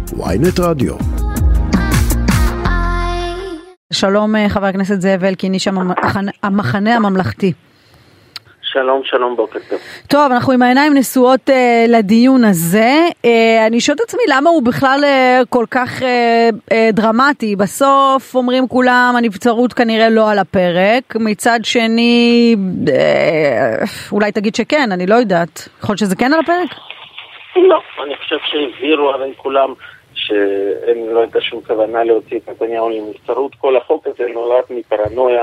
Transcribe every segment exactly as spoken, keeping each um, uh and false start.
וויינט רדיו. שלום חבר הכנסת זאב אלקין, איש המחנה הממלכתי. שלום, שלום, בוקר טוב. טוב, אנחנו עם העיניים נשואות אה, לדיון הזה. אה, אני שואלת עצמי, למה הוא בכלל אה, כל כך אה, אה, דרמטי? בסוף אומרים כולם, הנבצרות כנראה לא על הפרק. מצד שני, אה, אולי תגיד שכן, אני לא יודעת. יכול להיות שזה כן על הפרק? לא, אני חושב שהבהירו הרי כולם שאין לא הייתה שום כוונה להוציא את נתניהו לנבצרות. כל החוק הזה נולד מפרנויה,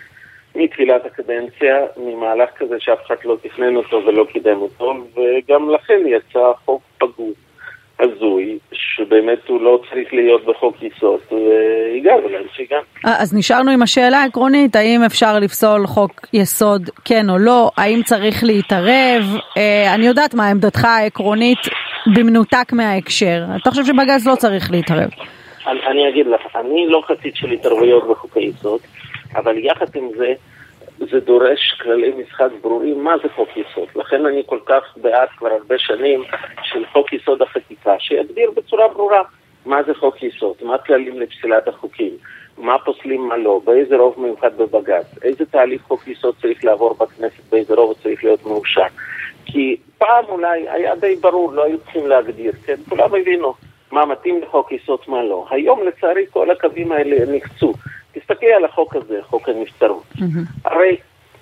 מתחילת הקדנציה, ממהלך כזה שאף אחד לא תכנן אותו ולא קידם אותו, וגם לכן יצא חוק פגום, הזוי, שבאמת הוא לא צריך להיות בחוק יסוד, והגענו להם שגם. אז נשארנו עם השאלה העקרונית, האם אפשר לפסול חוק יסוד כן או לא, האם צריך להתערב, אני יודעת מה עמדתך העקרונית במנותק מההקשר, אתה חושב שבג"ץ לא צריך להתערב? אני, אני אגיד לך, אני לא חסיד של התערבויות בחוקי יסוד, אבל יחד עם זה, זה דורש כללי משחק ברורים מה זה חוק יסוד. לכן אני כל כך בעד כבר הרבה שנים של חוק יסוד החקיקה, שיגדיר בצורה ברורה מה זה חוק יסוד, מה הכללים לפסילת החוקים, מה פוסלים מה לא, באיזה רוב מיוחד בבג"ץ, איזה תהליך חוק יסוד צריך לעבור בכנסת, באיזה רוב צריך להיות מאושר. כי פעם אולי היה די ברור, לא היו צריכים להגדיר, כן? כולם הבינו מה מתאים לחוק יסוד, מה לא. היום לצערי כל הקווים האלה נחצו. תסתכלי על החוק הזה, חוק הנבצרות. Mm-hmm. הרי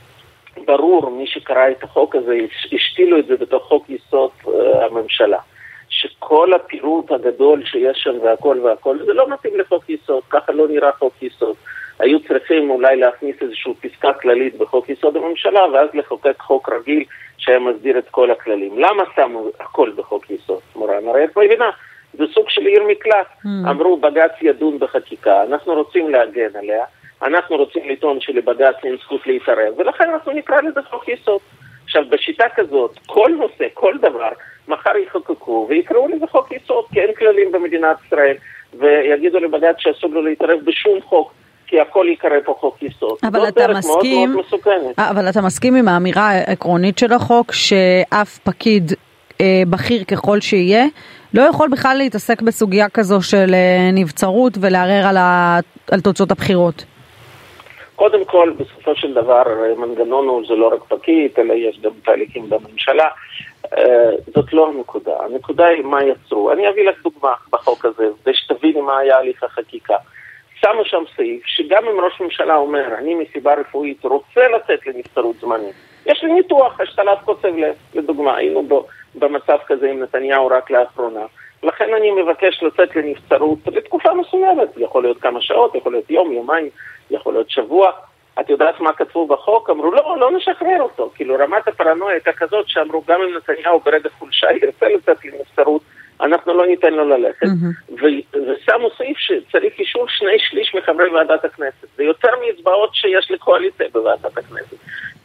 ברור, מי שקרא את החוק הזה, השתילו את זה בתוך חוק יסוד uh, הממשלה, שכל הפירוט הגדול שיש שם והכל והכל, זה לא מתאים לחוק יסוד, ככה לא נראה חוק יסוד. היו צריכים אולי להכניס איזושהי פסקה כללית בחוק יסוד הממשלה, ואז לחוקק חוק רגיל שהיה מסדיר את כל הכללים. למה שמו הכל בחוק יסוד? מורן, הרי את מבינה, זה סוג של עיר מקלט. Mm. אמרו, בג"ץ ידון בחקיקה, אנחנו רוצים להגן עליה, אנחנו רוצים לטעון שלבג"ץ אין זכות להתערב, ולכן אנחנו נקרא לזה חוק יסוד. עכשיו, בשיטה כזאת, כל נושא, כל דבר, מחר יחוקקו ויקראו לזה חוק יסוד, כי אין כללים במדינת ישראל, ויגידו לבג"ץ שאסור לו להתערב בשום חוק, כי הכל יקרא פה חוק יסוד. אבל אתה מסכים, מאוד מאוד מסוכנת. אבל אתה מסכים עם האמירה העקרונית של החוק, שאף פקיד אה, בכיר ככל שיהיה, לא יכול בכלל להתעסק בסוגיה כזו של נבצרות ולערער על, ה... על תוצאות הבחירות? קודם כל, בסופו של דבר, מנגנון הוא זה לא רק פקיד, אלא יש גם תהליכים בממשלה. זאת לא הנקודה. הנקודה היא מה יצרו. אני אביא לך דוגמה בחוק הזה, כדי שתביני מה היה הליך החקיקה. שמו שם סעיף שגם אם ראש ממשלה אומר, אני מסיבה רפואית רוצה לצאת לנבצרות זמנית. יש לי ניתוח, השתלת קוצב לב, לדוגמה, היינו בו. במצב כזה עם נתניהו רק לאחרונה. לכן אני מבקש לצאת לנבצרות לתקופה מסוימת. יכול להיות כמה שעות, יכול להיות יום, יומיים, יכול להיות שבוע. את יודעת מה כתבו בחוק? אמרו, לא, לא נשחרר אותו. כאילו רמת הפרנויה הייתה כזאת שאמרו, גם אם נתניהו ברגע חולשה ירצה לצאת לנבצרות, אנחנו לא ניתן לו ללכת. Mm-hmm. ו- ושמו סעיף שצריך אישור שני שליש מחברי ועדת הכנסת. זה יותר מאצבעות שיש לקואליציה בוועדת הכנסת.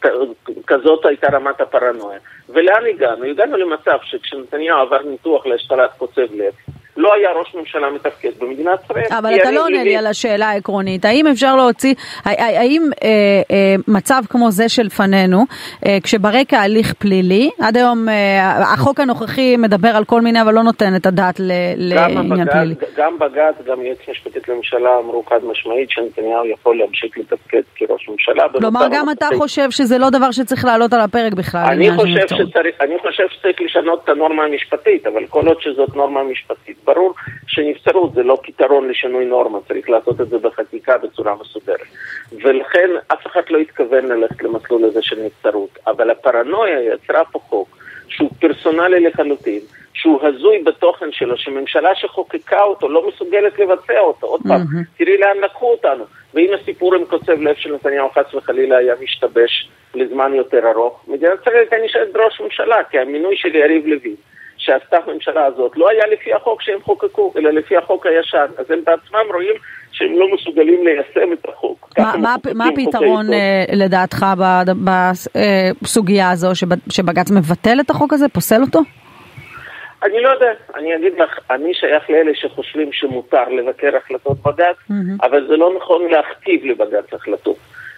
כזאת הייתה רמת הפרנויה. ולאן הגענו? הגענו למצב שכשנתניהו עבר ניתוח להשתלת קוצב לב, לא היה ראש ממשלה מתפקד במדינת ישראל. אבל אתה לא עונה לי על השאלה העקרונית. האם אפשר להוציא, האם אה, אה, מצב כמו זה שלפנינו, אה, כשברקע הליך פלילי, עד היום אה, החוק הנוכחי מדבר על כל מיני, אבל לא נותן את הדעת לעניין פלילי. גם בג"ץ, גם יועץ משפטית לממשלה אמרו חד משמעית שנתניהו יכול להמשיך לתפקד כראש ממשלה. כלומר, גם אתה חושב שזה לא דבר שצריך לעלות על הפרק בכלל? אני חושב שצריך, אני חושב שצריך לשנות את הנורמה המשפטית, אבל כל עוד שזאת נורמה משפטית, ברור שנבצרות זה לא פתרון לשינוי נורמה, צריך לעשות את זה בחקיקה בצורה מסודרת. ולכן אף אחד לא התכוון ללכת למסלול הזה של נבצרות, אבל הפרנויה יצרה פה חוק שהוא פרסונלי לחלוטין, שהוא הזוי בתוכן שלו, שממשלה שחוקקה אותו לא מסוגלת לבצע אותו. עוד פעם, תראי לאן לקחו אותנו. ואם הסיפור עם קוצב לב של נתניהו חס וחלילה היה משתבש לזמן יותר ארוך, מדינת ישראל הייתה נשארת בראש ממשלה, כי המינוי של יריב לוין שעשתה הממשלה הזאת לא היה לפי החוק שהם חוקקו, אלא לפי החוק הישן. אז הם בעצמם רואים שהם לא מסוגלים ליישם את החוק. מה הפתרון לדעתך בסוגיה הזו, שבג"ץ מבטל את החוק הזה, פוסל אותו? אני לא יודע, אני אגיד לך, אני שייך לאלה שחושבים שמותר לבקר החלטות בג"ץ, אבל זה לא נכון להכתיב לבג"ץ החלטות.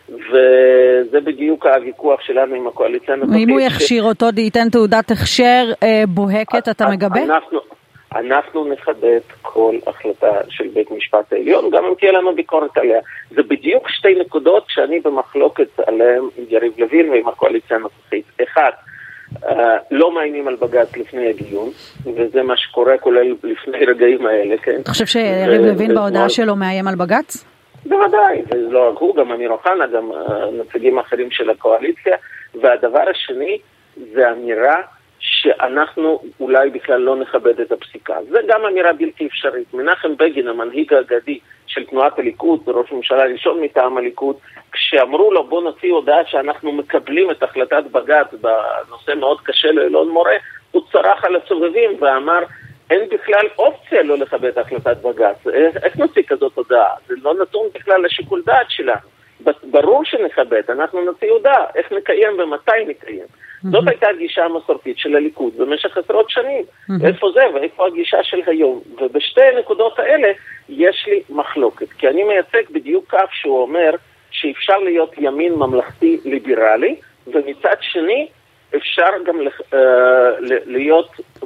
וזה בדיוק הוויכוח שלנו עם הקואליציה הנוכחית. אם הוא יכשיר אותו, ייתן תעודת הכשר בוהקת, אתה מגבה? אנחנו נכבד כל החלטה של בית משפט העליון, גם אם תהיה לנו ביקורת עליה. זה בדיוק שתי נקודות שאני במחלוקת עליהן עם יריב לוין ועם הקואליציה הנוכחית. אחד, לא מאיימים על בג"ץ לפני הדיון, וזה מה שקורה כולל לפני רגעים האלה, כן? אתה חושב שיריב לוין בהודעה שלו מאיים על בג"ץ? בוודאי, ולא רק הוא, גם אמיר אוחנה, גם נציגים אחרים של הקואליציה. והדבר השני זה אמירה שאנחנו אולי בכלל לא נכבד את הפסיקה. זה גם אמירה בלתי אפשרית. מנחם בגין, המנהיג האגדי של תנועת הליכוד, ראש ממשלה ראשון מטעם הליכוד, כשאמרו לו בוא נוציא הודעה שאנחנו מקבלים את החלטת בג"ץ בנושא מאוד קשה לאלון מורה, הוא צרח על הסובבים ואמר אין בכלל אופציה לא לכבד את החלטת בג"ץ. איך נוציא כזאת הודעה? זה לא נתון בכלל לשיקול דעת שלנו. ברור שנכבד, אנחנו נוציא הודעה, איך נקיים ומתי נקיים. זאת הייתה הגישה המסורתית של הליכוד במשך עשרות שנים. איפה זה ואיפה הגישה של היום? ובשתי הנקודות האלה יש לי מחלוקת, כי אני מייצג בדיוק כך שהוא אומר שאפשר להיות ימין ממלכתי ליברלי, ומצד שני אפשר גם להיות,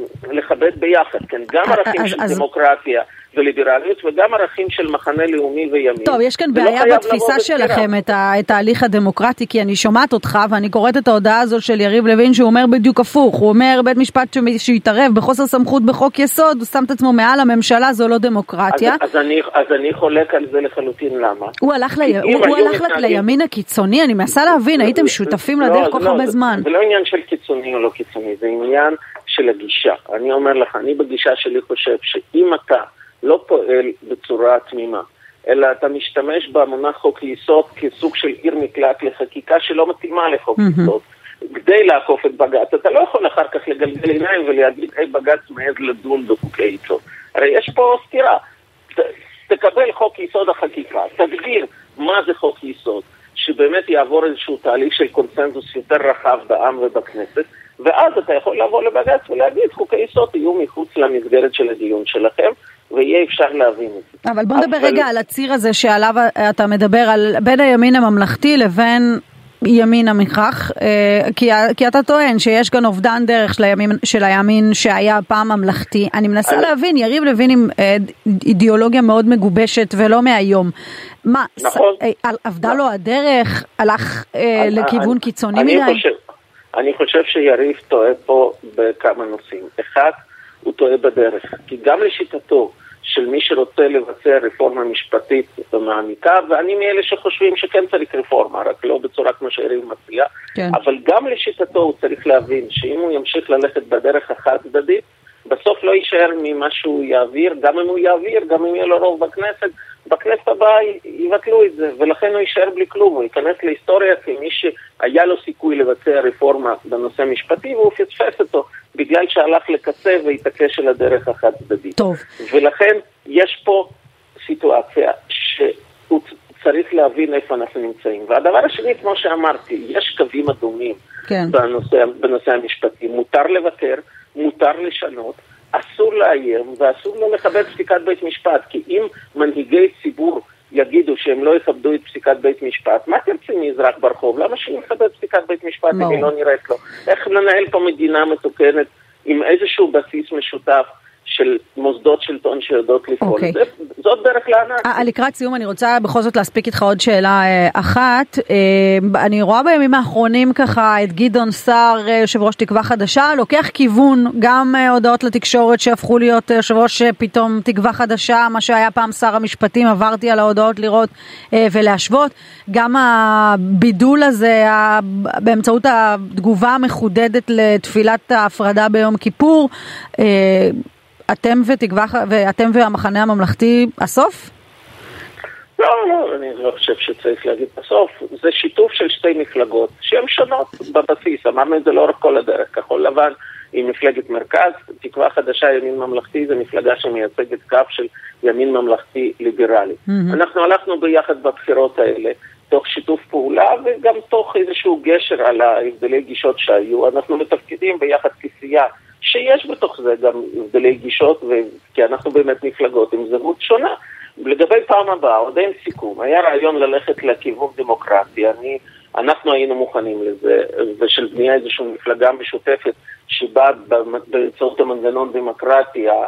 לכבד ביחד, כן, גם ערכים של דמוקרטיה וליברליות וגם ערכים של מחנה לאומי וימין. טוב, יש כאן בעיה בתפיסה שלכם את, ה, את ההליך הדמוקרטי, כי אני שומעת אותך ואני קוראת את ההודעה הזו של יריב לוין שהוא אומר בדיוק הפוך, הוא אומר בית משפט שיתערב בחוסר סמכות בחוק יסוד, הוא שם את עצמו מעל הממשלה, זו לא דמוקרטיה. אז, אז, אני, אז אני חולק על זה לחלוטין, למה? הוא הלך, לי, הוא, הוא הלך מתנהלים... לימין הקיצוני, אני מנסה להבין, לא, הייתם שותפים לא, לדרך כל לא, הרבה זה, זמן. זה לא עניין של קיצוני או לא קיצוני, זה עניין של הגישה. אני אומר לך, אני בגישה שלי חושב שאם אתה לא פועל בצורה תמימה, אלא אתה משתמש במונח חוק יסוד כסוג של עיר מקלט לחקיקה שלא מתאימה לחוק mm-hmm. יסוד, כדי לעקוף את בג"ץ. אתה לא יכול אחר כך לגלגל עיניים ולהגיד, היי בג"ץ מעז לדון בחוקי יסוד. הרי יש פה סתירה. ת, תקבל חוק יסוד החקיקה, תגדיר מה זה חוק יסוד, שבאמת יעבור איזשהו תהליך של קונסנזוס יותר רחב בעם ובכנסת, ואז אתה יכול לבוא לבג"ץ ולהגיד, חוקי יסוד יהיו מחוץ למסגרת של הדיון שלכם, ויהיה אפשר להבין את זה. אבל בוא נדבר אבל... רגע על הציר הזה שעליו אתה מדבר, על בין הימין הממלכתי לבין ימין המכרח, כי, כי אתה טוען שיש כאן אובדן דרך של הימין, של הימין שהיה פעם ממלכתי. אני מנסה אני... להבין, יריב לוין עם אידיאולוגיה מאוד מגובשת ולא מהיום. מה, נכון. עבדה נכון. לו הדרך, הלך אני, לכיוון אני, קיצוני אני מדי? חושב, אני חושב שיריב טועה פה בכמה נושאים. אחד, הוא טועה בדרך, כי גם לשיטתו של מי שרוצה לבצע רפורמה משפטית ומעמיקה, ואני מאלה שחושבים שכן צריך רפורמה, רק לא בצורה כמו שיריב מציע, כן. אבל גם לשיטתו הוא צריך להבין שאם הוא ימשיך ללכת בדרך החד צדדית, בסוף לא יישאר ממה שהוא יעביר, גם אם הוא יעביר, גם אם יהיה לו רוב בכנסת, בכנסת הבאה יבטלו את זה, ולכן הוא יישאר בלי כלום, הוא ייכנס להיסטוריה כמי שהיה לו סיכוי לבצע רפורמה בנושא המשפטי, והוא פספס אותו, בגלל שהלך לקצה והתעקש על הדרך החד צדדית. טוב. ולכן יש פה סיטואציה שהוא צריך להבין איפה אנחנו נמצאים. והדבר השני, כמו שאמרתי, יש קווים אדומים כן. בנושא, בנושא המשפטי. מותר לוותר, מותר לשנות, אסור לאיים ואסור לא לכבד פסיקת בית משפט, כי אם מנהיגי ציבור יגידו שהם לא יכבדו את פסיקת בית משפט, מה תרצי מאזרח ברחוב? למה שהוא יכבד פסיקת בית משפט אם היא לא נראית לו? איך לנהל פה מדינה מתוקנת עם איזשהו בסיס משותף של מוסדות שלטון שיודעות לפעול? Okay. זאת דרך לענת. לקראת סיום אני רוצה בכל זאת להספיק איתך עוד שאלה אחת. אני רואה בימים האחרונים ככה את גדעון סער, יושב ראש תקווה חדשה, לוקח כיוון, גם הודעות לתקשורת שהפכו להיות יושב ראש פתאום תקווה חדשה, מה שהיה פעם שר המשפטים, עברתי על ההודעות לראות ולהשוות. גם הבידול הזה באמצעות התגובה המחודדת לתפילת ההפרדה ביום כיפור, אתם ותקווה, ואתם והמחנה הממלכתי הסוף? לא, לא, אני לא חושב שצריך להגיד בסוף. זה שיתוף של שתי מפלגות שהן שונות בבסיס. אמרנו את זה לא רק כל הדרך. כחול לבן היא מפלגת מרכז, תקווה חדשה ימין ממלכתי זה מפלגה שמייצגת קו של ימין ממלכתי ליברלי. Mm-hmm. אנחנו הלכנו ביחד בבחירות האלה, תוך שיתוף פעולה וגם תוך איזשהו גשר על ההבדלי גישות שהיו. אנחנו מתפקידים ביחד כסייה, שיש בתוך זה גם הבדלי גישות, כי אנחנו באמת מפלגות עם זהות שונה. לגבי פעם הבאה, עוד אין סיכום, היה רעיון ללכת לכיוון דמוקרטי, אני, אנחנו היינו מוכנים לזה, ושל בנייה איזושהי מפלגה משותפת, שבאה באמצעות המנגנון דמוקרטי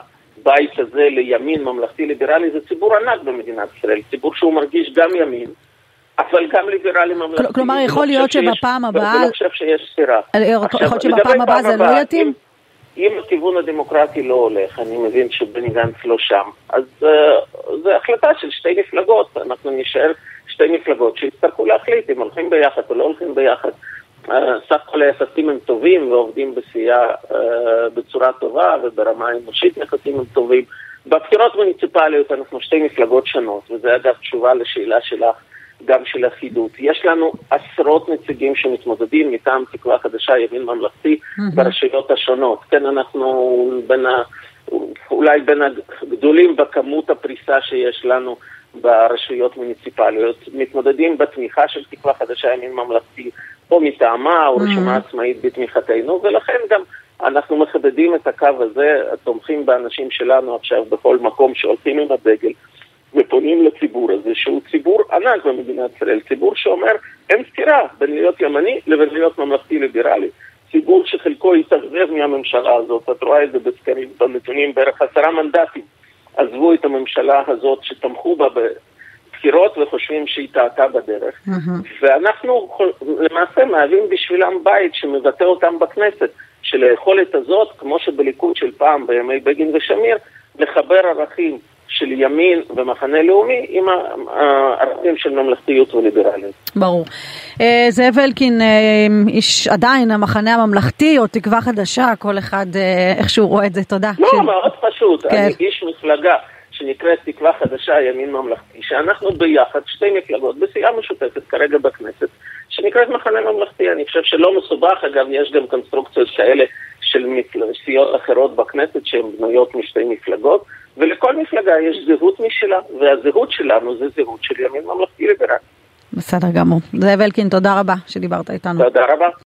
הבית הזה לימין ממלכתי ליברלי, זה ציבור ענק במדינת ישראל, ציבור שהוא מרגיש גם ימין, אבל גם ליברלי ממלכתי. כלומר, יכול להיות שבפעם הבאה... אני חושב שיש סתירה. יכול להיות שבפעם הבאה זה לא יתאים? אם הכיוון הדמוקרטי לא הולך, אני מבין שבני גנץ לא שם, אז uh, זו החלטה של שתי מפלגות, אנחנו נשאר שתי מפלגות שיצטרכו להחליט אם הולכים ביחד או לא הולכים ביחד. Uh, סך כל היחסים הם טובים ועובדים בסיעה uh, בצורה טובה וברמה אנושית יחסים הם טובים. בבחירות מוניציפליות אנחנו שתי מפלגות שונות, וזה אגב תשובה לשאלה שלך גם של אחידות. יש לנו עשרות נציגים שמתמודדים מטעם תקווה חדשה, ימין ממלכתי, mm-hmm. ברשויות השונות. כן, אנחנו בין ה... אולי בין הגדולים בכמות הפריסה שיש לנו ברשויות מוניציפליות. מתמודדים בתמיכה של תקווה חדשה, ימין ממלכתי, או מטעמה, או רשימה mm-hmm. עצמאית בתמיכתנו, ולכן גם אנחנו מחדדים את הקו הזה, תומכים באנשים שלנו עכשיו בכל מקום שהולכים עם הדגל, ופונים לציבור הזה, שהוא ציבור ענק במדינת ישראל, ציבור שאומר, אין סתירה בין להיות ימני לבין להיות ממלכתי ליברלי. ציבור שחלקו יתעזב מהממשלה הזאת, את רואה את זה בסקרים, בנתונים, בערך עשרה מנדטים, עזבו את הממשלה הזאת שתמכו בה בבחירות וחושבים שהיא טעתה בדרך. Mm-hmm. ואנחנו למעשה מהווים בשבילם בית שמבטא אותם בכנסת, של היכולת הזאת, כמו שבליכוד של פעם, בימי בגין ושמיר, לחבר ערכים של ימין ומחנה לאומי עם הערכים של ממלכתיות וליברליות. ברור. זאב אלקין, איש עדיין המחנה הממלכתי או תקווה חדשה, כל אחד איך שהוא רואה את זה, תודה. לא, מאוד פשוט. אני איש מפלגה שנקראת תקווה חדשה, ימין ממלכתי, שאנחנו ביחד, שתי מפלגות, בסיעה משותפת כרגע בכנסת, שנקראת מחנה ממלכתי. אני חושב שלא מסובך, אגב, יש גם קונסטרוקציות כאלה של סיעות אחרות בכנסת שהן בנויות משתי מפלגות, ולכל מפלגה יש זהות משלה, והזהות שלנו זה זהות של ימין ממלכתי ליברלי. בסדר גמור. זאב אלקין, תודה רבה שדיברת איתנו. תודה רבה.